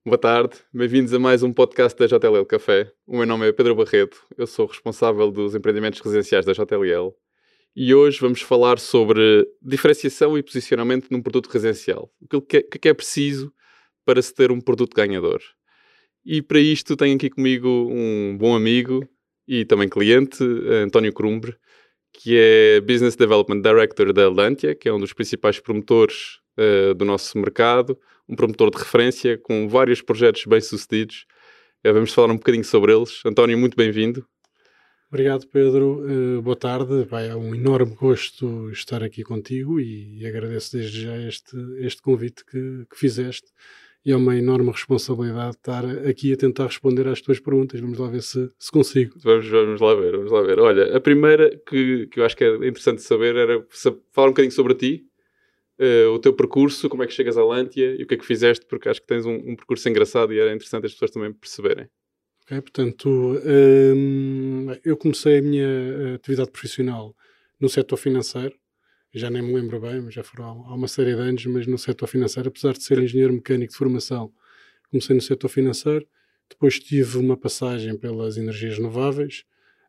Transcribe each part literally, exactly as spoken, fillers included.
Boa tarde, bem-vindos a mais um podcast da J L L Café. O meu nome é Pedro Barreto, eu sou responsável dos empreendimentos residenciais da J L L e hoje vamos falar sobre diferenciação e posicionamento num produto residencial. O que é, o que é preciso para se ter um produto ganhador. E para isto tenho aqui comigo um bom amigo e também cliente, António Crumbre, que é Business Development Director da Lantia, que é um dos principais promotores uh, do nosso mercado, um promotor de referência com vários projetos bem-sucedidos. Uh, vamos falar um bocadinho sobre eles. António, muito bem-vindo. Obrigado, Pedro. Uh, boa tarde. Vai, é um enorme gosto estar aqui contigo e, e agradeço desde já este, este convite que, que fizeste. E é uma enorme responsabilidade estar aqui a tentar responder às tuas perguntas. Vamos lá ver se, se consigo. Vamos, vamos lá ver, vamos lá ver. Olha, a primeira que, que eu acho que é interessante saber era falar um bocadinho sobre ti, uh, o teu percurso, como é que chegas à Lantia e o que é que fizeste, porque acho que tens um, um percurso engraçado e era interessante as pessoas também perceberem. Ok, portanto, hum, eu comecei a minha atividade profissional no setor financeiro. Já nem me lembro bem, mas já foram há uma série de anos, mas no setor financeiro, apesar de ser engenheiro mecânico de formação, comecei no setor financeiro, depois tive uma passagem pelas energias renováveis,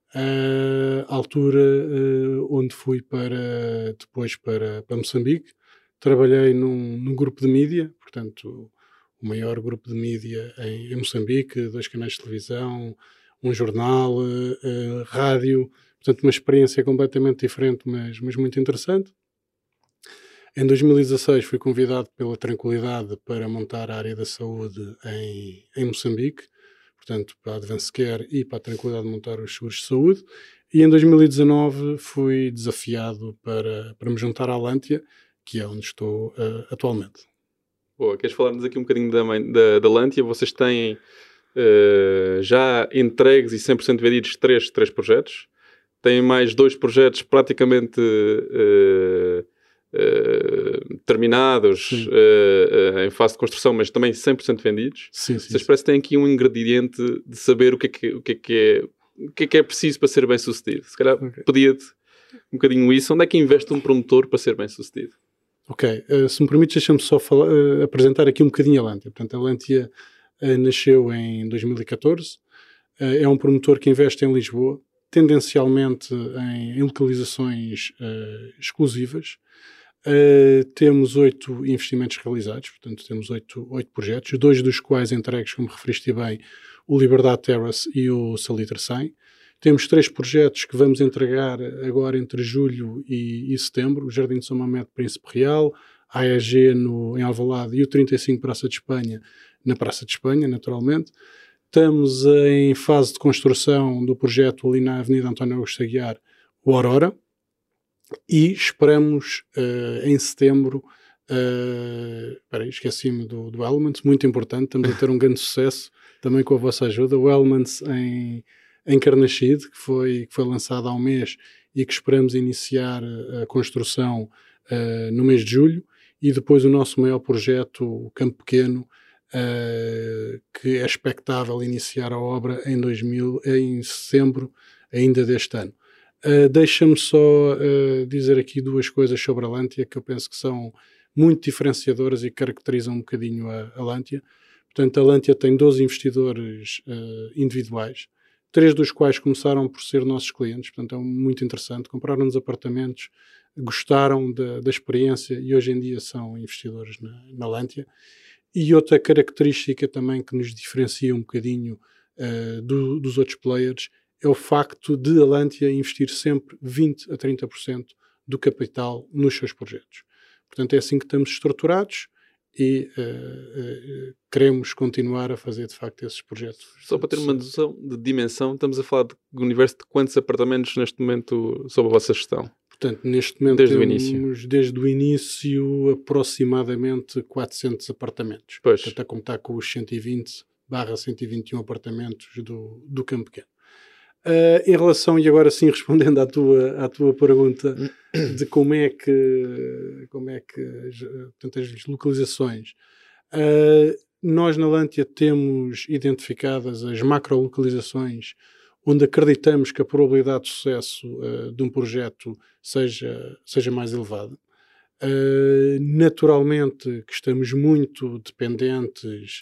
à altura uh, onde fui para, depois para, para Moçambique, trabalhei num, num grupo de mídia, portanto o maior grupo de mídia em, em Moçambique, dois canais de televisão, um jornal, uh, uh, rádio. Portanto, uma experiência completamente diferente, mas, mas muito interessante. Em dois mil e dezasseis fui convidado pela Tranquilidade para montar a área da saúde em, em Moçambique, portanto, para a Advance Care e para a Tranquilidade montar os seguros de saúde. E em dois mil e dezanove fui desafiado para, para me juntar à Lantia, que é onde estou uh, atualmente. Boa, queres falar-nos aqui um bocadinho da, da, da Lantia? Vocês têm uh, já entregues e cem por cento vendidos três, três projetos. Têm mais dois projetos praticamente uh, uh, terminados, uh, uh, em fase de construção, mas também cem por cento vendidos. Sim, sim, Vocês sim. parecem que têm aqui um ingrediente de saber o que é que, o que, é, que é, o que é que é preciso para ser bem sucedido. Se calhar okay. pedia-te um bocadinho isso. Onde é que investe um promotor para ser bem sucedido? Ok, uh, se me permites, deixa-me só falar, uh, apresentar aqui um bocadinho a Lantia. Portanto, a Lantia uh, nasceu em dois mil e catorze, uh, é um promotor que investe em Lisboa, tendencialmente em, em localizações uh, exclusivas. Uh, temos oito investimentos realizados, portanto temos oito, oito projetos, dois dos quais entregues, como referiste bem, o Liberdade Terrace e o Salitre cem. Temos três projetos que vamos entregar agora entre julho e, e setembro, o Jardim de São Mamede Príncipe Real, a E G no, em Alvalade e o trinta e cinco Praça de Espanha, na Praça de Espanha, naturalmente. Estamos em fase de construção do projeto ali na Avenida António Augusto Aguiar, o Aurora, e esperamos uh, em setembro, uh, peraí, esqueci-me do, do Elements, muito importante, estamos a ter um grande sucesso também com a vossa ajuda, o Elements em, em Carnaxide, que foi, que foi lançado há um mês e que esperamos iniciar a construção uh, no mês de julho, e depois o nosso maior projeto, o Campo Pequeno, uh, que é expectável iniciar a obra em, dois mil, em setembro ainda deste ano. Uh, Deixa-me só uh, dizer aqui duas coisas sobre a Lantia que eu penso que são muito diferenciadoras e caracterizam um bocadinho a, a Lantia. Portanto, a Lantia tem doze investidores uh, individuais, três dos quais começaram por ser nossos clientes, portanto é muito interessante, compraram-nos apartamentos, gostaram da, da experiência e hoje em dia são investidores na, na Lantia. E outra característica também que nos diferencia um bocadinho uh, do, dos outros players é o facto de a Lantia investir sempre vinte a trinta por cento do capital nos seus projetos. Portanto, é assim que estamos estruturados e uh, uh, queremos continuar a fazer, de facto, esses projetos. Só para ter uma noção de dimensão, estamos a falar de um universo de quantos apartamentos neste momento sob a vossa gestão? Portanto, neste momento desde temos, o início, desde o início, aproximadamente quatrocentos apartamentos. Pois. Portanto, a contar com os cento e vinte barra cento e vinte e um apartamentos do, do Campo Pequeno. Uh, em relação, e agora sim respondendo à tua, à tua pergunta de como é que, como é que portanto, as localizações, uh, nós na Lantia temos identificadas as macro-localizações onde acreditamos que a probabilidade de sucesso uh, de um projeto seja, seja mais elevada. Uh, naturalmente que estamos muito dependentes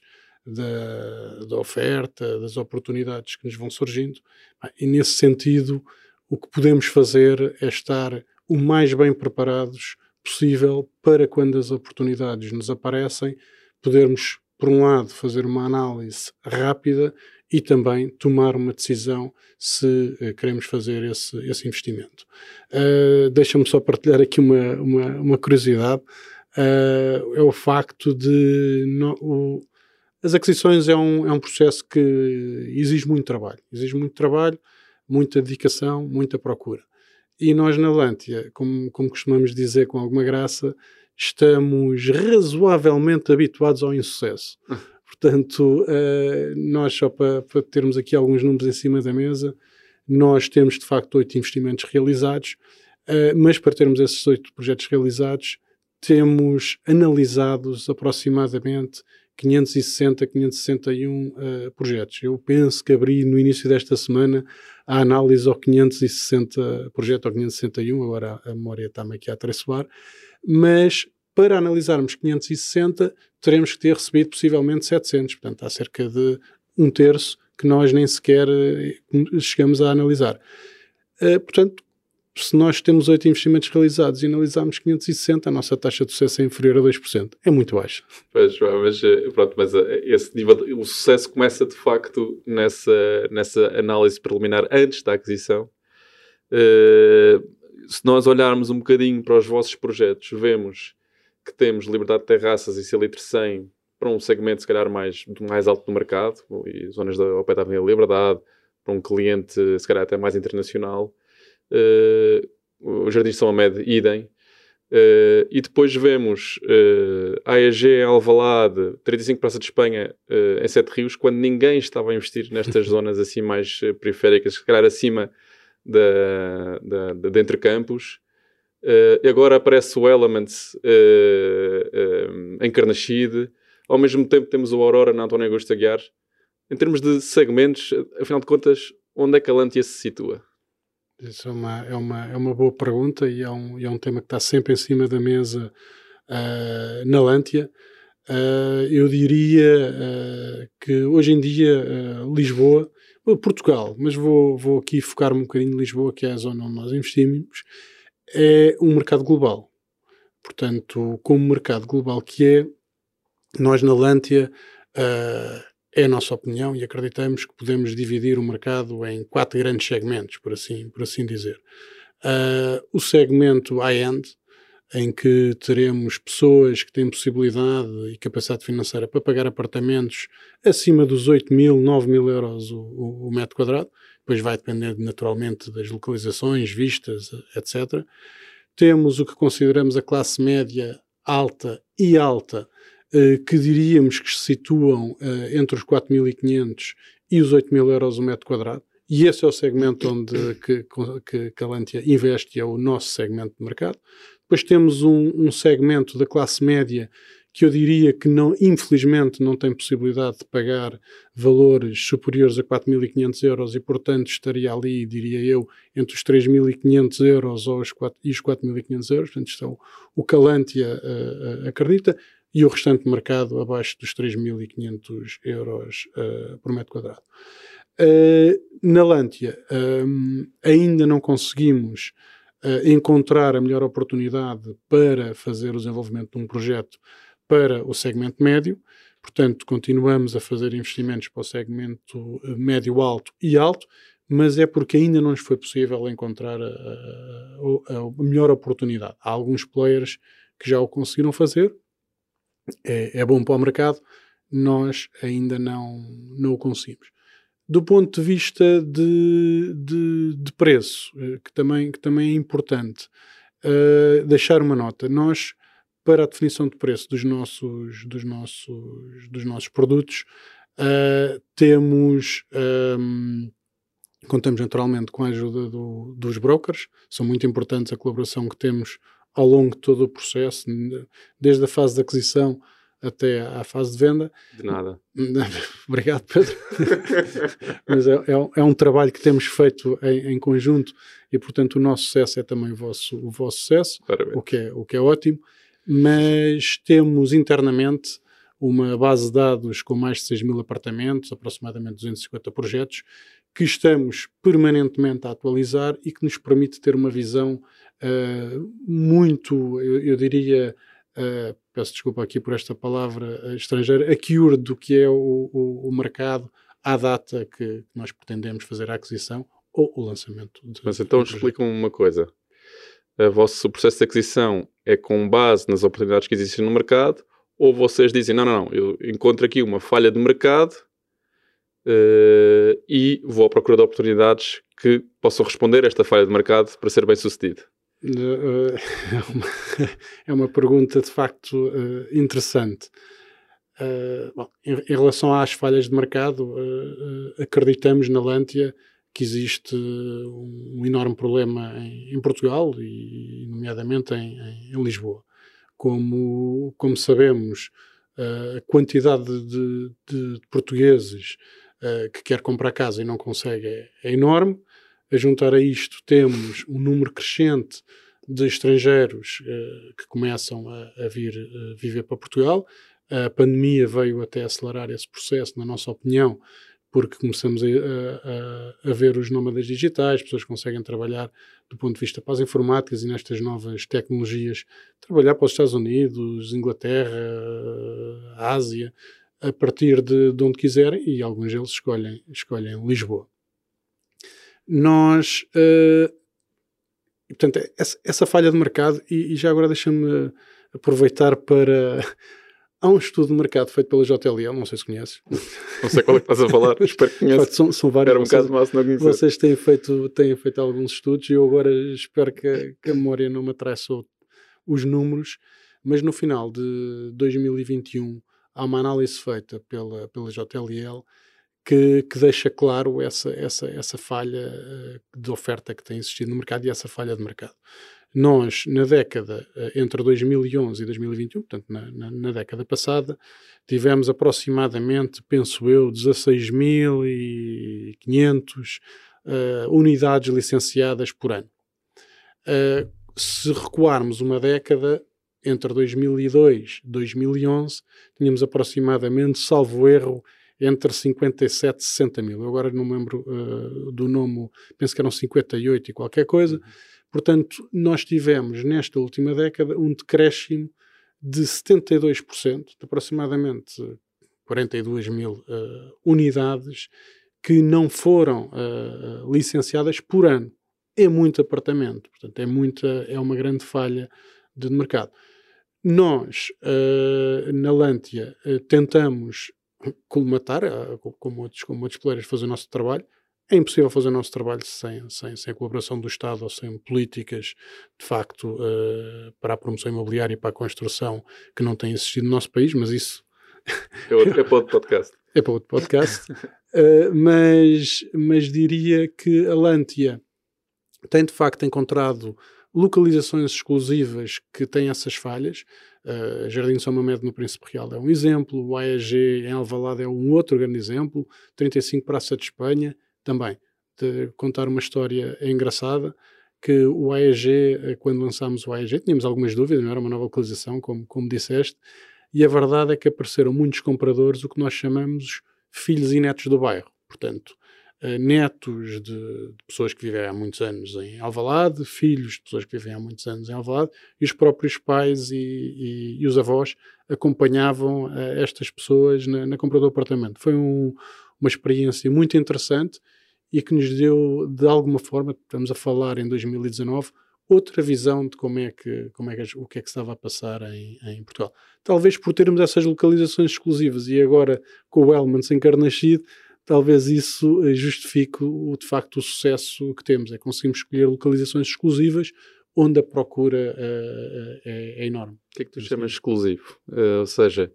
da, da oferta, das oportunidades que nos vão surgindo. E nesse sentido, o que podemos fazer é estar o mais bem preparados possível para quando as oportunidades nos aparecem, podermos, por um lado, fazer uma análise rápida e também tomar uma decisão se uh, queremos fazer esse, esse investimento. Uh, Deixa-me só partilhar aqui uma, uma, uma curiosidade. Uh, é o facto de... No, o, as aquisições é um, é um processo que exige muito trabalho. Exige muito trabalho, muita dedicação, muita procura. E nós na Lantia, como, como costumamos dizer com alguma graça, estamos razoavelmente habituados ao insucesso. Portanto, uh, nós, só para, para termos aqui alguns números em cima da mesa, nós temos de facto oito investimentos realizados, uh, mas para termos esses oito projetos realizados, temos analisados aproximadamente quinhentos e sessenta, quinhentos e sessenta e um uh, projetos. Eu penso que abri no início desta semana a análise ao quinhentos e sessenta projeto, ao quinhentos e sessenta e um, agora a memória está-me aqui a atraiçoar, mas para analisarmos quinhentos e sessenta teremos que ter recebido possivelmente setecentos, portanto há cerca de um terço que nós nem sequer uh, chegamos a analisar. Uh, portanto, se nós temos oito investimentos realizados e analisarmos quinhentos e sessenta, a nossa taxa de sucesso é inferior a dois por cento. É muito baixa. Pois, mas, pronto, mas esse nível, de, o sucesso começa de facto nessa, nessa análise preliminar antes da aquisição. Uh, se nós olharmos um bocadinho para os vossos projetos, vemos que temos Liberdade de Terraças e Salitre cem para um segmento se calhar mais, mais alto do mercado, e zonas da, ao pé da Avenida Liberdade, para um cliente se calhar até mais internacional. Uh, o Jardim de São Amed, idem. Uh, e depois vemos uh, A E G em Alvalade, trinta e cinco Praça de Espanha uh, em Sete Rios, quando ninguém estava a investir nestas zonas assim mais uh, periféricas, se calhar acima da, da, da, de Entre Campos. Uh, agora aparece o Elements uh, uh, em Carnaxide. Ao mesmo tempo temos o Aurora na António Augusto Aguiar. Em termos de segmentos, afinal de contas, onde é que a Lantia se situa? Isso é uma, é, uma, é uma boa pergunta e é um, é um tema que está sempre em cima da mesa uh, na Lantia. Uh, eu diria uh, que hoje em dia uh, Lisboa, uh, Portugal, mas vou, vou aqui focar-me um bocadinho em Lisboa, que é a zona onde nós investimos, é um mercado global. Portanto, como mercado global que é, nós na Lantia... Uh, É a nossa opinião e acreditamos que podemos dividir o mercado em quatro grandes segmentos, por assim, por assim dizer. Uh, o segmento high-end, em que teremos pessoas que têm possibilidade e capacidade financeira para pagar apartamentos acima dos oito mil, nove mil euros o, o, o metro quadrado, depois vai depender naturalmente das localizações, vistas, etcétera. Temos o que consideramos a classe média alta e alta, que diríamos que se situam uh, entre os quatro mil e quinhentos e os oito mil euros o metro quadrado. E esse é o segmento onde que, que, que a Lantia investe, é o nosso segmento de mercado. Depois temos um, um segmento da classe média que eu diria que, não, infelizmente, não tem possibilidade de pagar valores superiores a quatro mil e quinhentos euros e, portanto, estaria ali, diria eu, entre os três mil e quinhentos euros ou os quatro, e os quatro mil e quinhentos euros. Portanto, isto é o, o que a Lantia uh, uh, acredita. E o restante mercado abaixo dos três mil e quinhentos euros uh, por metro quadrado. Uh, na Lantia, um, ainda não conseguimos uh, encontrar a melhor oportunidade para fazer o desenvolvimento de um projeto para o segmento médio. Portanto, continuamos a fazer investimentos para o segmento médio, alto e alto, mas é porque ainda não nos foi possível encontrar a, a, a melhor oportunidade. Há alguns players que já o conseguiram fazer. É, é bom para o mercado, nós ainda não, não o conseguimos. Do ponto de vista de, de, de preço, que também, que também é importante, uh, deixar uma nota. Nós, para a definição de preço dos nossos, dos nossos, dos nossos produtos, uh, temos... Um, contamos naturalmente com a ajuda do, dos brokers. São muito importantes a colaboração que temos ao longo de todo o processo, desde a fase de aquisição até à fase de venda. De nada. Obrigado, Pedro. Mas é, é, é um trabalho que temos feito em, em conjunto e, portanto, o nosso sucesso é também o vosso, o vosso sucesso, o que, é, o que é ótimo. Mas temos internamente uma base de dados com mais de seis mil apartamentos, aproximadamente duzentos e cinquenta projetos, que estamos permanentemente a atualizar e que nos permite ter uma visão uh, muito, eu, eu diria, uh, peço desculpa aqui por esta palavra uh, estrangeira, accurate do que é o, o, o mercado à data que nós pretendemos fazer a aquisição ou o lançamento. De, Mas então explica-me uma coisa. O vosso processo de aquisição é com base nas oportunidades que existem no mercado, ou vocês dizem, não, não, não, eu encontro aqui uma falha de mercado uh, e vou à procura de oportunidades que possam responder a esta falha de mercado para ser bem sucedido? Uh, é, uma, é uma pergunta de facto uh, interessante. Uh, bom, em, em relação às falhas de mercado, uh, uh, acreditamos na Lantia que existe um, um enorme problema em, em Portugal e nomeadamente em, em, em Lisboa. Como, como sabemos, uh, a quantidade de, de portugueses uh, que quer comprar casa e não consegue é, é enorme. A juntar a isto temos um número crescente de estrangeiros uh, que começam a, a vir uh, viver para Portugal. A pandemia veio até acelerar esse processo, na nossa opinião, porque começamos a, a, a ver os nómadas digitais, pessoas que conseguem trabalhar do ponto de vista para as informáticas e nestas novas tecnologias, trabalhar para os Estados Unidos, Inglaterra, Ásia, a partir de, de onde quiserem, e alguns deles escolhem, escolhem Lisboa. Nós, uh, portanto, essa, essa falha de mercado, e, e já agora deixa-me aproveitar para... Há um estudo de mercado feito pela J L L, não sei se conheces. Não sei qual é que estás a falar, espero que conheças. São, são vários. Era um caso massa, não conhecer. Vocês têm feito, têm feito alguns estudos e eu agora espero que, que a memória não me atraiça os números, mas no final de dois mil e vinte e um há uma análise feita pela, pela J L L que, que deixa claro essa, essa, essa falha de oferta que tem existido no mercado e essa falha de mercado. Nós, na década, entre dois mil e onze e dois mil e vinte e um, portanto, na, na, na década passada, tivemos aproximadamente, penso eu, dezasseis mil e quinhentas uh, unidades licenciadas por ano. Uh, se recuarmos uma década, entre dois mil e dois e dois mil e onze, tínhamos aproximadamente, salvo erro, entre cinquenta e sete e sessenta mil. Eu agora não me lembro uh, do nome, penso que eram cinquenta e oito e qualquer coisa. Portanto, nós tivemos, nesta última década, um decréscimo de setenta e dois por cento, de aproximadamente quarenta e duas mil uh, unidades que não foram uh, licenciadas por ano. É muito apartamento, portanto, é, muita, é uma grande falha de mercado. Nós, uh, na Lantia, uh, tentamos colmatar, uh, como, outros, como outros players, fazer o nosso trabalho. É impossível fazer o nosso trabalho sem, sem, sem a colaboração do Estado ou sem políticas, de facto, uh, para a promoção imobiliária e para a construção que não têm existido no nosso país, mas isso... É, outro, é para outro podcast. É para outro podcast. uh, mas, mas diria que a Lantia tem, de facto, encontrado localizações exclusivas que têm essas falhas. Uh, Jardim de São Mamede no Príncipe Real é um exemplo, o A E G em Alvalade é um outro grande exemplo, trinta e cinco Praça de Espanha, também. De contar uma história engraçada, que o A E G, quando lançámos o A E G, tínhamos algumas dúvidas, não era uma nova localização, como, como disseste, e a verdade é que apareceram muitos compradores, o que nós chamamos filhos e netos do bairro. Portanto, netos de, de pessoas que vivem há muitos anos em Alvalade, filhos de pessoas que vivem há muitos anos em Alvalade, e os próprios pais e, e, e os avós acompanhavam uh, estas pessoas na, na compra do apartamento. Foi um, uma experiência muito interessante e que nos deu, de alguma forma, estamos a falar em dois mil e dezanove, outra visão de como é que, como é que, o que é que estava a passar em, em Portugal. Talvez por termos essas localizações exclusivas e agora com o Elmans em Carnaxide, talvez isso justifique o, de facto o sucesso que temos. É conseguimos escolher localizações exclusivas onde a procura uh, é, é enorme. O que é que tu chamas exclusivo? Uh, ou seja,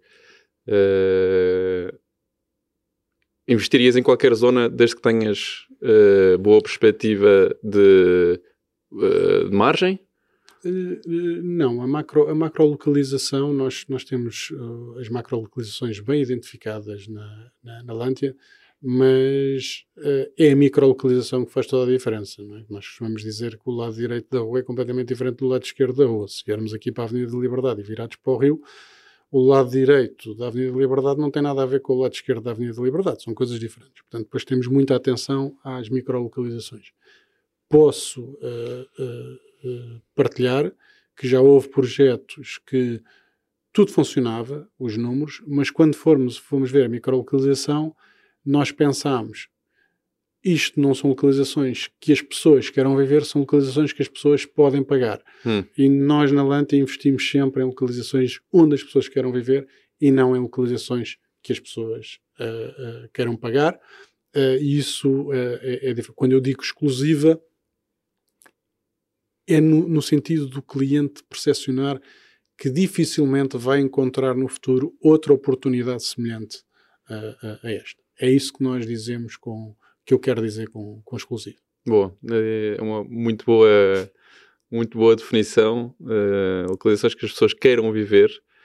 uh, investirias em qualquer zona desde que tenhas uh, boa perspectiva de, uh, de margem? Uh, uh, não, a macro, a macrolocalização, nós, nós temos uh, as macrolocalizações bem identificadas na, na, na Lantia, mas uh, é a microlocalização que faz toda a diferença. Não é? Nós costumamos dizer que o lado direito da rua é completamente diferente do lado esquerdo da rua. Se viermos aqui para a Avenida da Liberdade e virados para o Rio, o lado direito da Avenida da Liberdade não tem nada a ver com o lado esquerdo da Avenida da Liberdade, são coisas diferentes. Portanto, depois temos muita atenção às microlocalizações. Posso uh, uh, uh, partilhar que já houve projetos que tudo funcionava, os números, mas quando formos, formos ver a microlocalização, nós pensámos, isto não são localizações que as pessoas queiram viver, são localizações que as pessoas podem pagar. Hum. E nós na Lantia investimos sempre em localizações onde as pessoas queiram viver e não em localizações que as pessoas uh, uh, queiram pagar. Uh, e isso uh, é, é diferente. Quando eu digo exclusiva, é no, no sentido do cliente percepcionar que dificilmente vai encontrar no futuro outra oportunidade semelhante a, a, a esta. É isso que nós dizemos com... que eu quero dizer com, com exclusivo. Boa, é uma muito boa, muito boa definição. Uh, localizações que as pessoas queiram viver.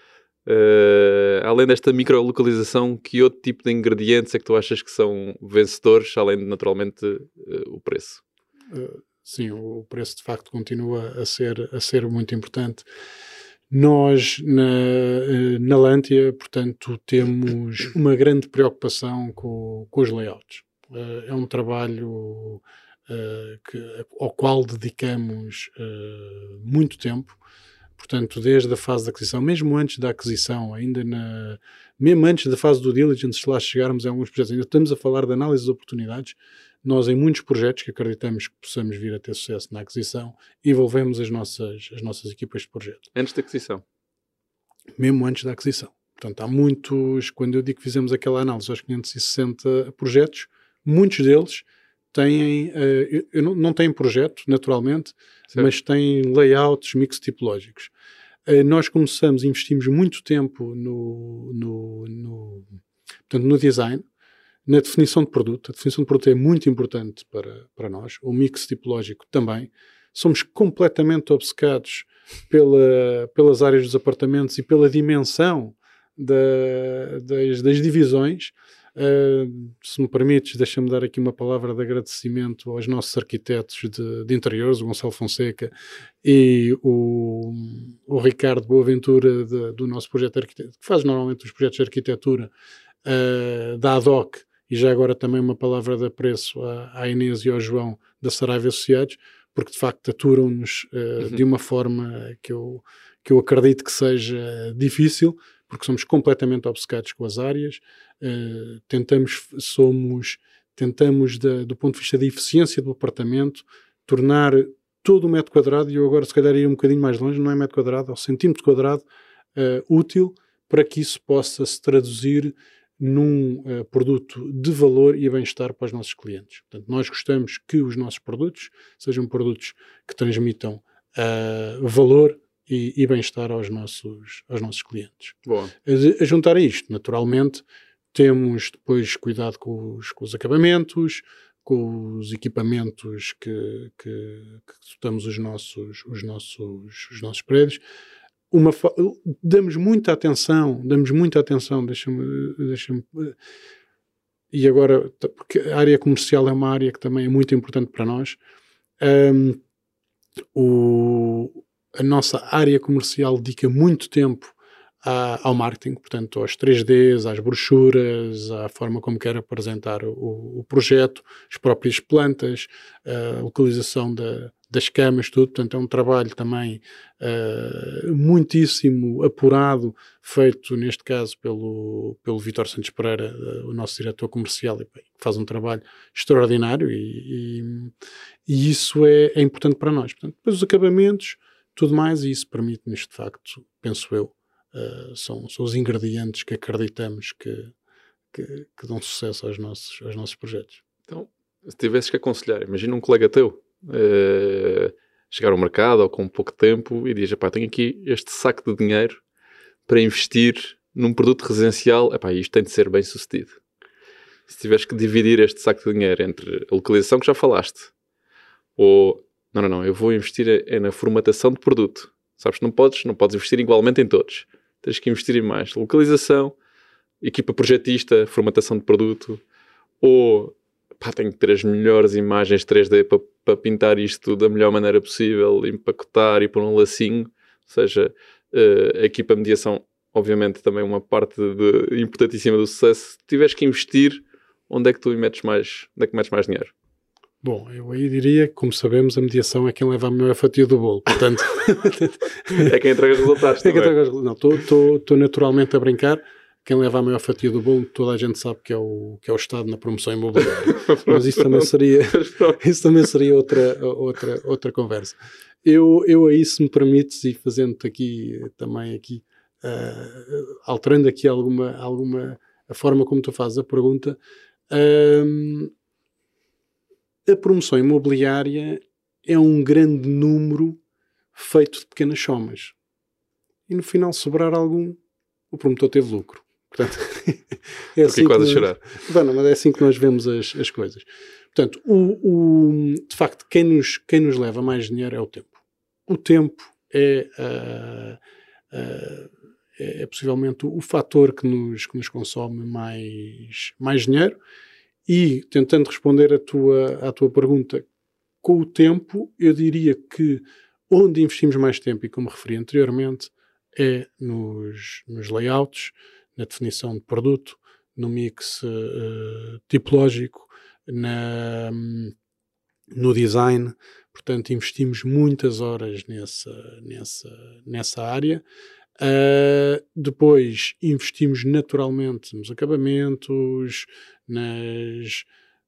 Uh, além desta microlocalização, que outro tipo de ingredientes é que tu achas que são vencedores, além de, naturalmente, uh, o preço? Uh, sim, o preço de facto continua a ser, a ser muito importante. Nós, na, na Lantia, portanto, temos uma grande preocupação com, com os layouts. Uh, é um trabalho uh, que, ao qual dedicamos uh, muito tempo, portanto, desde a fase da aquisição, mesmo antes da aquisição, ainda na, mesmo antes da fase do diligence, se lá chegarmos em alguns projetos, ainda estamos a falar de análise de oportunidades. Nós, em muitos projetos que acreditamos que possamos vir a ter sucesso na aquisição, envolvemos as nossas, as nossas equipas de projeto. Antes da aquisição? Mesmo antes da aquisição. Portanto, há muitos, quando eu digo que fizemos aquela análise aos quinhentos e sessenta projetos, muitos deles têm, uh, eu não, não têm projeto, naturalmente, certo, mas têm layouts mix tipológicos. Uh, nós começamos, investimos muito tempo no, no, no, portanto, no design, na definição de produto. A definição de produto é muito importante para, para nós, o mix tipológico também. Somos completamente obcecados pela, pelas áreas dos apartamentos e pela dimensão da, das, das divisões. Uh, se me permites, deixa-me dar aqui uma palavra de agradecimento aos nossos arquitetos de, de interiores, o Gonçalo Fonseca e o, o Ricardo Boaventura de, do nosso projeto de arquitetura, que faz normalmente os projetos de arquitetura uh, da A D O C, e já agora também uma palavra de apreço à, à Inês e ao João da Saraiva Associados, porque de facto aturam-nos uh, uhum. de uma forma que eu, que eu acredito que seja difícil, porque somos completamente obcecados com as áreas, uh, tentamos, somos, tentamos da, do ponto de vista da eficiência do apartamento, tornar todo o metro quadrado, e eu agora se calhar ia um bocadinho mais longe, não é metro quadrado, é o centímetro quadrado, uh, útil, para que isso possa se traduzir num uh, produto de valor e bem-estar para os nossos clientes. Portanto, nós gostamos que os nossos produtos sejam produtos que transmitam uh, valor e, e bem-estar aos nossos, aos nossos clientes. Boa. A, a juntar a isto, naturalmente, temos depois cuidado com os, com os acabamentos, com os equipamentos que, que, que dotamos os nossos, os nossos, os nossos prédios. Uma, damos muita atenção, damos muita atenção, deixa-me, deixa-me, e agora, porque a área comercial é uma área que também é muito importante para nós. Um, o, a nossa área comercial dedica muito tempo a, ao marketing, portanto, aos três Ds, às brochuras, à forma como quer apresentar o, o projeto, as próprias plantas, a localização da das camas, tudo, portanto é um trabalho também uh, muitíssimo apurado, feito neste caso pelo, pelo Vítor Santos Pereira, uh, o nosso diretor comercial, e, bem, que faz um trabalho extraordinário e, e, e isso é, é importante para nós. Portanto, depois os acabamentos, tudo mais, e isso permite-nos de facto, penso eu, uh, são, são os ingredientes que acreditamos que, que, que dão sucesso aos nossos, aos nossos projetos. Então, se tivesses que aconselhar, imagina um colega teu Uh, chegar ao mercado ou com pouco tempo e diz, epá, tenho aqui este saco de dinheiro para investir num produto residencial, epá, isto tem de ser bem sucedido. Se tiveres que dividir este saco de dinheiro entre a localização que já falaste, ou, não, não, não, eu vou investir é na formatação de produto. Sabes, não podes, não podes investir igualmente em todos. Tens que investir em mais. Localização, equipa projetista, formatação de produto, ou pá, tenho que ter as melhores imagens três D para, para pintar isto da melhor maneira possível, empacotar e pôr um lacinho. Ou seja, uh, a equipa de mediação, obviamente também uma parte de, importantíssima do sucesso. Se tiveres que investir, onde é que tu metes mais, onde é que metes mais dinheiro? Bom, eu aí diria que, como sabemos, a mediação é quem leva a maior fatia do bolo. Portanto, é quem entrega os resultados é também. Quem entrega os... Não, estou naturalmente a brincar. Quem leva a maior fatia do bolo, toda a gente sabe que é o, que é o Estado na promoção imobiliária. Mas isso também seria, isso também seria outra, outra, outra conversa. Eu, eu aí, se me permites, e fazendo-te aqui também aqui, uh, alterando aqui alguma, alguma a forma como tu fazes a pergunta, uh, a promoção imobiliária é um grande número feito de pequenas somas. E no final, sobrar algum, o promotor teve lucro. Portanto, é assim quase nós, a chorar. Não, mas é assim que nós vemos as, as coisas. Portanto, o, o, de facto, quem nos, quem nos leva mais dinheiro é o tempo. O tempo é, uh, uh, é, é possivelmente o, o fator que nos, que nos consome mais, mais dinheiro. E, tentando responder à tua, à tua pergunta, com o tempo, eu diria que onde investimos mais tempo, e como referi anteriormente, é nos, nos layouts, na definição de produto, no mix uh, tipológico, na, no design. Portanto, investimos muitas horas nessa, nessa, nessa área. Uh, depois, investimos naturalmente nos acabamentos, nas...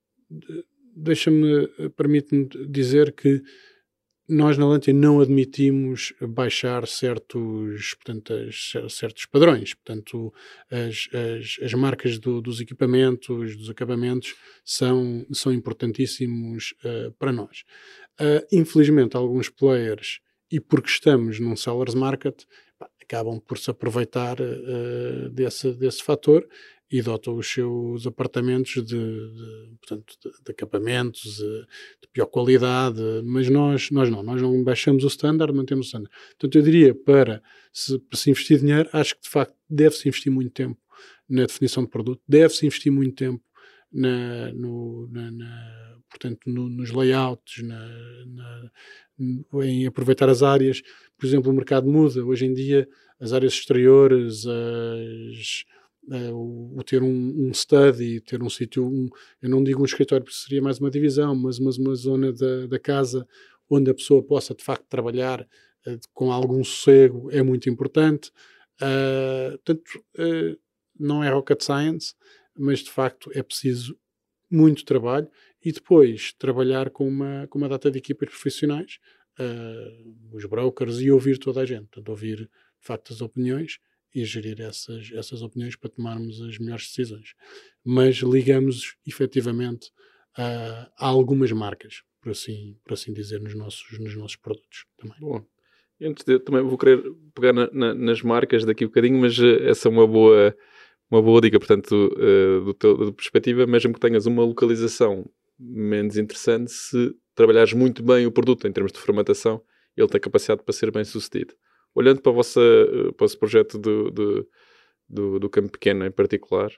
Deixa-me, permite-me dizer que nós na Lantia não admitimos baixar certos, portanto, as, certos padrões. Portanto, as, as, as marcas do, dos equipamentos, dos acabamentos, são, são importantíssimos uh, para nós. Uh, infelizmente, alguns players, e porque estamos num sellers market, pá, acabam por se aproveitar uh, desse, desse fator e dotam os seus apartamentos de, de, portanto, de, de acabamentos de, de pior qualidade, mas nós, nós não, nós não baixamos o standard, mantemos o standard. Portanto, eu diria, para se, para se investir dinheiro, acho que de facto deve-se investir muito tempo na definição de produto, deve-se investir muito tempo na, no, na, na, portanto, no, nos layouts, na, na, em aproveitar as áreas. Por exemplo, o mercado muda, hoje em dia as áreas exteriores, as... Uh, o, o ter um, um study, ter um sítio, um, eu não digo um escritório porque seria mais uma divisão, mas, mas uma zona da, da casa onde a pessoa possa de facto trabalhar uh, com algum sossego é muito importante. Uh, portanto, uh, não é rocket science, mas de facto é preciso muito trabalho e depois trabalhar com uma, com uma data de equipas profissionais, uh, os brokers, e ouvir toda a gente, portanto, ouvir de facto as opiniões e gerir essas, essas opiniões para tomarmos as melhores decisões. Mas ligamos efetivamente a, a algumas marcas, por assim, por assim dizer, nos nossos, nos nossos produtos também. Bom, antes de, também vou querer pegar na, na, nas marcas daqui um bocadinho, mas essa é uma boa, uma boa dica, portanto, uh, do teu, da perspectiva, mesmo que tenhas uma localização menos interessante, se trabalhares muito bem o produto em termos de formatação, ele tem capacidade para ser bem sucedido. Olhando para, a vossa, para o vosso projeto do, do, do, do Campo Pequeno em particular,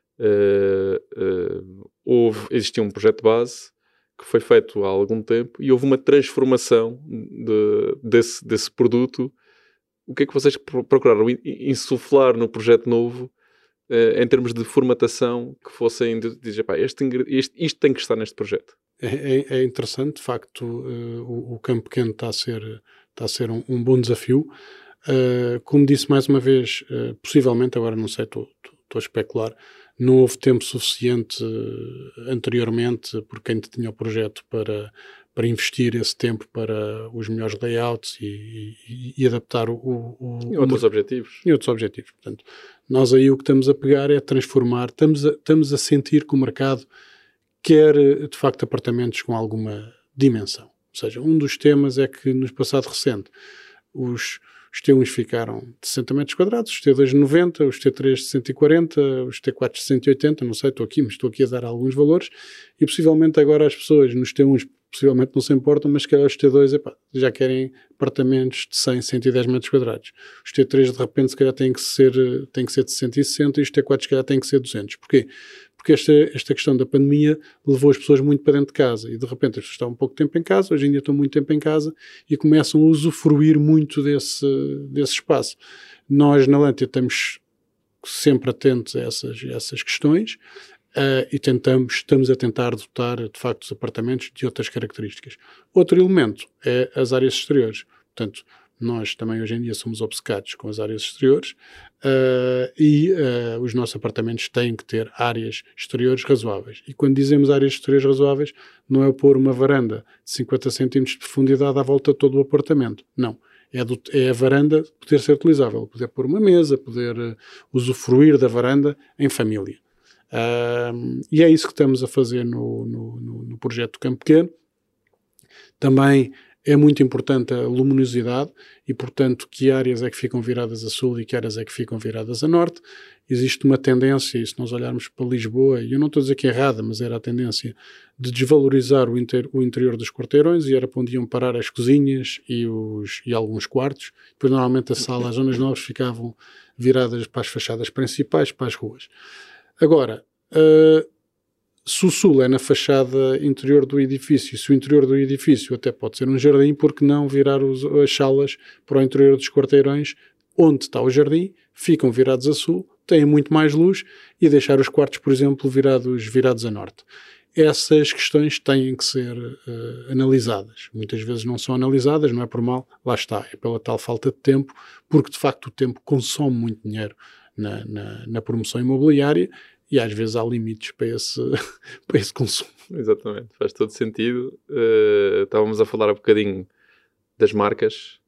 uh, uh, houve, existia um projeto base que foi feito há algum tempo e houve uma transformação de, desse, desse produto. O que é que vocês procuraram insuflar no projeto novo uh, em termos de formatação que fossem dizer, pá, este, este, isto tem que estar neste projeto? É, é interessante, de facto, uh, o, o Campo Pequeno está a ser... está a ser um, um bom desafio. Uh, como disse mais uma vez, uh, possivelmente, agora não sei, estou a especular, não houve tempo suficiente uh, anteriormente por quem tinha o projeto para, para investir esse tempo para os melhores layouts e, e, e adaptar o, o, e outros o, objetivos. E outros objetivos. Portanto, nós aí o que estamos a pegar é transformar, estamos a, estamos a sentir que o mercado quer, de facto, apartamentos com alguma dimensão. Ou seja, um dos temas é que no passado recente os, os T um ficaram de sessenta metros quadrados, os T dois de noventa, os T três de cento e quarenta, os T quatro de cento e oitenta, não sei, estou aqui, mas estou aqui a dar alguns valores e possivelmente agora as pessoas nos T uns possivelmente não se importam, mas que os T dois epá, já querem apartamentos de cem, cento e dez metros quadrados. Os T três de repente se calhar têm que ser, têm que ser de cento e sessenta e os T quatro se calhar têm que ser duzentos. Porquê? Porque esta, esta questão da pandemia levou as pessoas muito para dentro de casa e de repente as pessoas estão um pouco tempo em casa, hoje em dia estão muito tempo em casa e começam a usufruir muito desse, desse espaço. Nós na Lantia estamos sempre atentos a essas, a essas questões uh, e tentamos, estamos a tentar dotar de facto os apartamentos de outras características. Outro elemento é as áreas exteriores. Portanto, nós também hoje em dia somos obcecados com as áreas exteriores uh, e uh, os nossos apartamentos têm que ter áreas exteriores razoáveis. E quando dizemos áreas exteriores razoáveis, não é pôr uma varanda de cinquenta centímetros de profundidade à volta de todo o apartamento. Não. É, do, é a varanda poder ser utilizável, poder pôr uma mesa, poder uh, usufruir da varanda em família. Uh, e é isso que estamos a fazer no, no, no, no projeto Campo Pequeno. Também é muito importante a luminosidade e, portanto, que áreas é que ficam viradas a sul e que áreas é que ficam viradas a norte. Existe uma tendência, e se nós olharmos para Lisboa, e eu não estou a dizer que é errada, mas era a tendência de desvalorizar o, inter, o interior dos quarteirões, e era para onde iam parar as cozinhas e, os, e alguns quartos. Depois, normalmente, a sala, as zonas novas ficavam viradas para as fachadas principais, para as ruas. Agora, uh, se o sul é na fachada interior do edifício, se o interior do edifício até pode ser um jardim, por que não virar os, as salas para o interior dos quarteirões, onde está o jardim, ficam virados a sul, têm muito mais luz, e deixar os quartos, por exemplo, virados, virados a norte. Essas questões têm que ser uh, analisadas. Muitas vezes não são analisadas, não é por mal, lá está, é pela tal falta de tempo, porque de facto o tempo consome muito dinheiro na, na, na promoção imobiliária, e às vezes há limites para esse, para esse consumo. Exatamente, faz todo sentido. Uh, estávamos a falar há bocadinho das marcas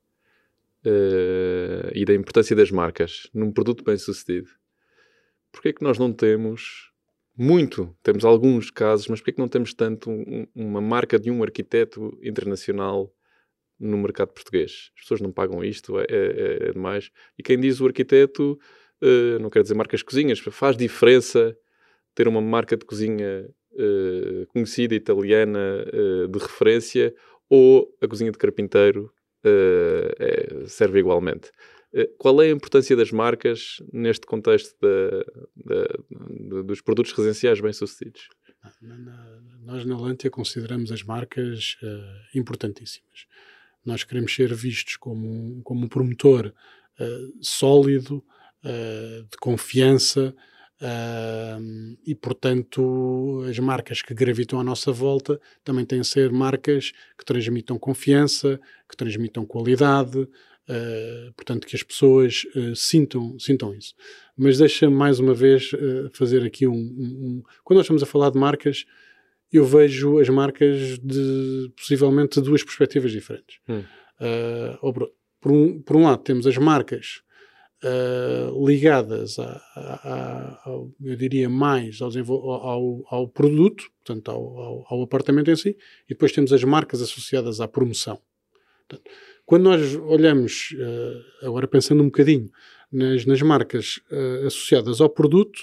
uh, e da importância das marcas num produto bem sucedido. Porquê é que nós não temos muito, temos alguns casos, mas porquê é que não temos tanto um, uma marca de um arquiteto internacional no mercado português? As pessoas não pagam isto, é, é, é demais. E quem diz o arquiteto... Uh, não quero dizer marcas de cozinhas, faz diferença ter uma marca de cozinha uh, conhecida, italiana, uh, de referência, ou a cozinha de carpinteiro uh, é, serve igualmente. Uh, qual é a importância das marcas neste contexto da, da, da, dos produtos residenciais bem-sucedidos? Nós na Lantia consideramos as marcas uh, importantíssimas. Nós queremos ser vistos como um, como um promotor uh, sólido, Uh, de confiança uh, e, portanto, as marcas que gravitam à nossa volta também têm de ser marcas que transmitam confiança, que transmitam qualidade, uh, portanto, que as pessoas uh, sintam, sintam isso. Mas deixa-me mais uma vez uh, fazer aqui um, um, um... Quando nós estamos a falar de marcas, eu vejo as marcas de, possivelmente, de duas perspectivas diferentes. Hum. Uh, por, um, por um lado, temos as marcas Uh, ligadas a, a, a, ao, eu diria mais ao, ao, ao produto, portanto ao, ao, ao apartamento em si, e depois temos as marcas associadas à promoção. Portanto, quando nós olhamos, uh, agora pensando um bocadinho nas, nas marcas uh, associadas ao produto,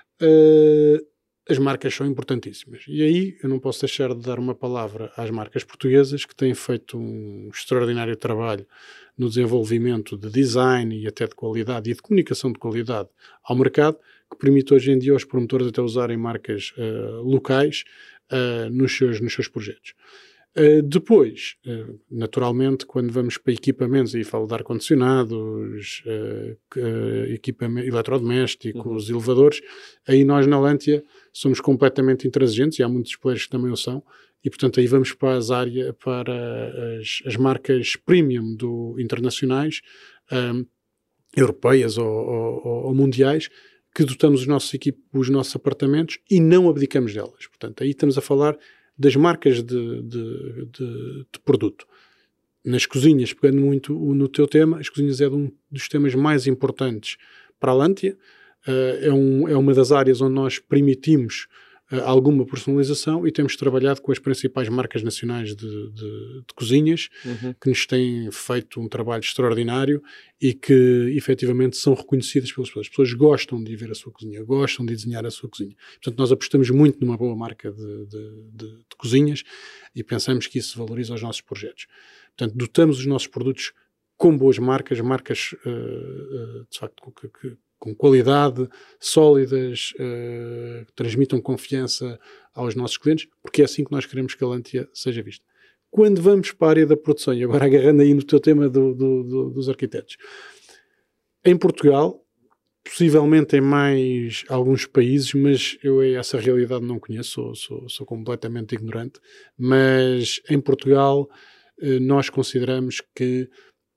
uh, as marcas são importantíssimas. E aí eu não posso deixar de dar uma palavra às marcas portuguesas que têm feito um extraordinário trabalho no desenvolvimento de design e até de qualidade e de comunicação de qualidade ao mercado, que permite hoje em dia aos promotores até usarem marcas uh, locais uh, nos, seus, nos seus projetos. Uh, depois, uh, naturalmente, quando vamos para equipamentos, aí falo de ar-condicionados, uh, uh, equipamentos eletrodomésticos, uhum. elevadores, aí nós na Lantia somos completamente intransigentes, e há muitos players que também o são, e portanto aí vamos para as áreas, para as, as marcas premium do, internacionais, um, europeias ou, ou, ou mundiais, que dotamos os nossos, equip, os nossos apartamentos e não abdicamos delas. Portanto, aí estamos a falar das marcas de, de, de, de produto. Nas cozinhas, pegando muito no teu tema, as cozinhas é um dos temas mais importantes para a Lantia. Uh, é, um, é uma das áreas onde nós permitimos uh, alguma personalização e temos trabalhado com as principais marcas nacionais de, de, de cozinhas, uhum. que nos têm feito um trabalho extraordinário e que efetivamente são reconhecidas pelas pessoas. As pessoas gostam de ir ver a sua cozinha, gostam de desenhar a sua cozinha. Portanto, nós apostamos muito numa boa marca de, de, de, de cozinhas e pensamos que isso valoriza os nossos projetos. Portanto, dotamos os nossos produtos com boas marcas, marcas uh, uh, de facto que, que com qualidade, sólidas, uh, que transmitam confiança aos nossos clientes, porque é assim que nós queremos que a Lantia seja vista. Quando vamos para a área da produção, e agora agarrando aí no teu tema do, do, do, dos arquitetos, Em Portugal, possivelmente em mais alguns países, mas eu essa realidade não conheço, sou, sou, sou completamente ignorante, mas em Portugal eh, nós consideramos que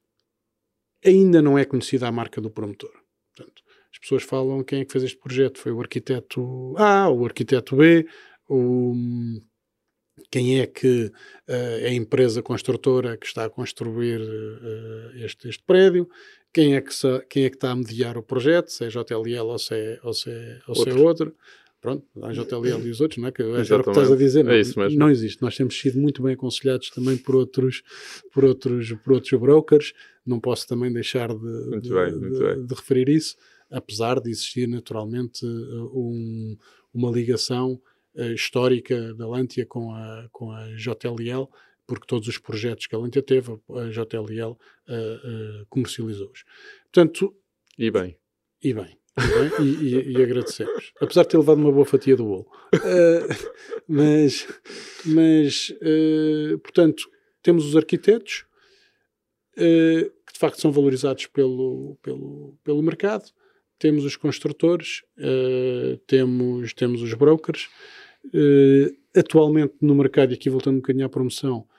ainda não é conhecida a marca do promotor. Portanto, as pessoas falam quem é que fez este projeto, foi o arquiteto A, o arquiteto B, o, quem é que uh, é a empresa construtora que está a construir uh, este, este prédio, quem é, que sa, quem é que está a mediar o projeto, se é J L L ou se é, ou se é, ou se é outro. Pronto, a J L L e os outros, não é? Que é o que estás a dizer, não, é isso mesmo. Não existe. Nós temos sido muito bem aconselhados também por outros, por outros, por outros brokers. Não posso também deixar de, muito de, bem, muito de, bem. de referir isso, apesar de existir naturalmente um, uma ligação uh, histórica da Lantia com a, com a J L L, porque todos os projetos que a Lantia teve, a J L L uh, uh, comercializou-os. Portanto, e bem. E bem. E, e, e agradecemos, apesar de ter levado uma boa fatia do bolo. Uh, mas, mas uh, portanto, temos os arquitetos uh, que de facto são valorizados pelo, pelo, pelo mercado, temos os construtores, uh, temos, temos os brokers. Uh, atualmente no mercado, e aqui voltando um bocadinho à promoção,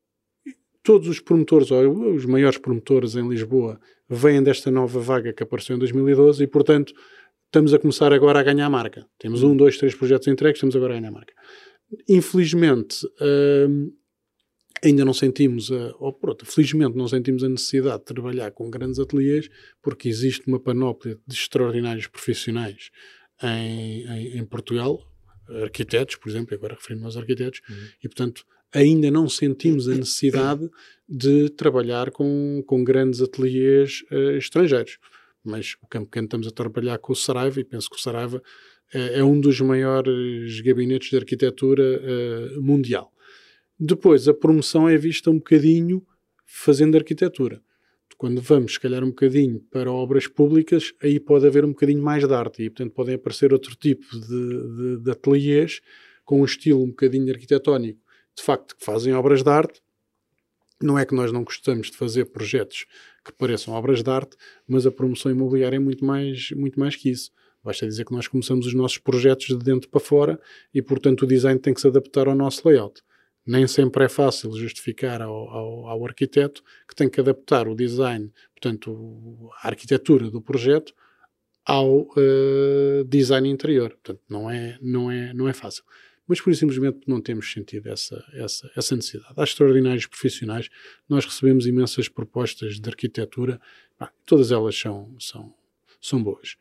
todos os promotores, ou os maiores promotores em Lisboa, vêm desta nova vaga que apareceu em dois mil e doze e, portanto, estamos a começar agora a ganhar marca. Temos um, dois, três projetos entregues, estamos agora a ganhar marca. Infelizmente, hum, ainda não sentimos, a, ou pronto, felizmente não sentimos a necessidade de trabalhar com grandes ateliês, porque existe uma panóplia de extraordinários profissionais em, em, em Portugal, arquitetos, por exemplo, agora refiro-me aos arquitetos, uhum. E, portanto, ainda não sentimos a necessidade de trabalhar com, com grandes ateliês uh, estrangeiros. Mas o Campo Pequeno estamos a trabalhar com o Saraiva, e penso que o Saraiva é, é um dos maiores gabinetes de arquitetura uh, mundial. Depois, a promoção é vista um bocadinho fazendo arquitetura. Quando vamos, se calhar, um bocadinho para obras públicas, aí pode haver um bocadinho mais de arte, e, portanto, podem aparecer outro tipo de, de, de ateliês com um estilo um bocadinho arquitetónico, de facto, que fazem obras de arte. Não é que nós não gostamos de fazer projetos que pareçam obras de arte, mas a promoção imobiliária é muito mais, muito mais que isso. Basta dizer que nós começamos os nossos projetos de dentro para fora e, portanto, o design tem que se adaptar ao nosso layout. Nem sempre é fácil justificar ao, ao, ao arquiteto que tem que adaptar o design, portanto, a arquitetura do projeto ao uh, design interior. Portanto, não é, não é, não é fácil. Mas, por simplesmente, não temos sentido essa, essa, essa necessidade. Há extraordinários profissionais. Nós recebemos imensas propostas de arquitetura. Ah, todas elas são, são, são boas.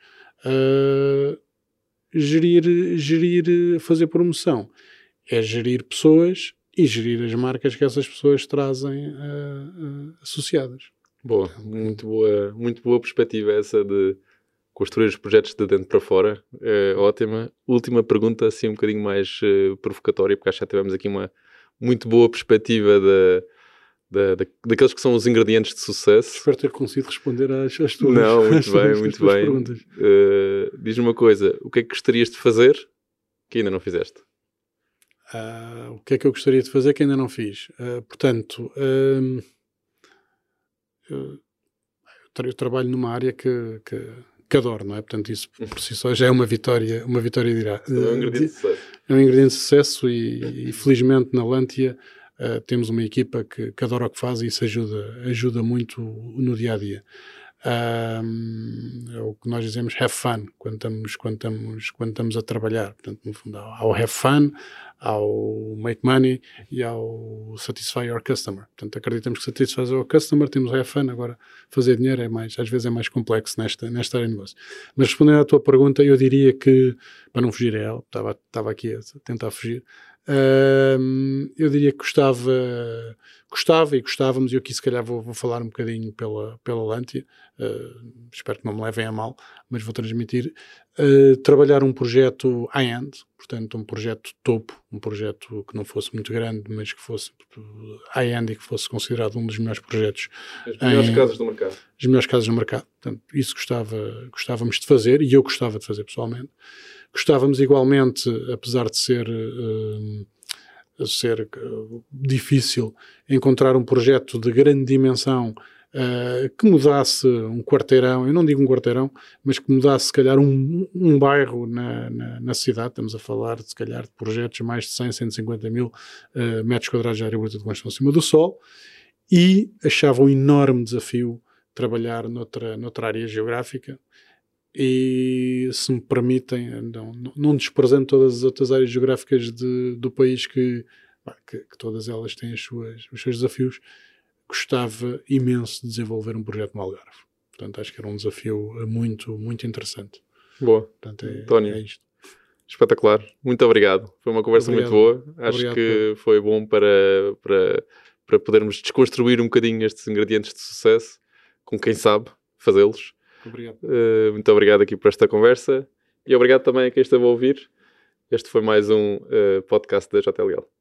Uh, gerir, gerir, fazer promoção é gerir pessoas e gerir as marcas que essas pessoas trazem uh, uh, associadas. Boa, muito boa, muito boa perspectiva essa de construir os projetos de dentro para fora. É ótima. Última pergunta, assim um bocadinho mais uh, provocatória, porque acho que já tivemos aqui uma muito boa perspectiva da, da, da, daqueles que são os ingredientes de sucesso. Espero ter conseguido responder às, às tuas Não, muito às bem, tuas, muito tuas bem. perguntas. Uh, diz-me uma coisa, o que é que gostarias de fazer que ainda não fizeste? Uh, o que é que eu gostaria de fazer que ainda não fiz? Uh, portanto, uh, eu, eu trabalho numa área que, que, que adoro, não é? Portanto, isso por si só já é uma vitória, uma vitória de irá. É um ingrediente de sucesso. É um ingrediente de sucesso e, e felizmente na Lantia uh, temos uma equipa que, que adora o que faz e isso ajuda, ajuda muito no dia-a-dia. Um, é o que nós dizemos have fun quando estamos, quando estamos, quando estamos a trabalhar. Portanto, no fundo, há o have fun, há o make money e há o satisfy your customer. Portanto, acreditamos que satisfaz o customer, temos o have fun. Agora, fazer dinheiro é mais, às vezes é mais complexo nesta, nesta área de negócio. Mas respondendo à tua pergunta, eu diria que, para não fugir a ela, estava, estava aqui a tentar fugir, Uh, eu diria que gostava, gostava e gostávamos, e eu aqui se calhar vou, vou falar um bocadinho pela, pela Lantia, uh, espero que não me levem a mal, mas vou transmitir, uh, trabalhar um projeto high-end, portanto um projeto topo, um projeto que não fosse muito grande, mas que fosse high-end e que fosse considerado um dos melhores projetos. As melhores em, casas do mercado. As melhores casas do mercado. Portanto, isso gostava, gostávamos de fazer, e eu gostava de fazer pessoalmente. Gostávamos igualmente, apesar de ser, uh, ser uh, difícil, encontrar um projeto de grande dimensão uh, que mudasse um quarteirão, eu não digo um quarteirão, mas que mudasse se calhar um, um bairro na, na, na cidade. Estamos a falar de se calhar de projetos de mais de cem, cento e cinquenta mil uh, metros quadrados de área bruta de construção acima do solo, e achava um enorme desafio trabalhar noutra, noutra área geográfica. E, se me permitem, não, não desprezando todas as outras áreas geográficas de, do país que, que, que todas elas têm as suas, os seus desafios, gostava imenso de desenvolver um projeto no Algarve. Portanto, acho que era um desafio muito, muito interessante. Boa. Portanto, é, António, é isto. Espetacular. Muito obrigado. Foi uma conversa Obrigado. muito boa. Acho Obrigado, que Pedro. foi bom para, para, para podermos desconstruir um bocadinho estes ingredientes de sucesso, com quem sabe fazê-los. Obrigado. Uh, muito obrigado aqui por esta conversa e obrigado também a quem esteve a ouvir. Este foi mais um uh, podcast da J L L.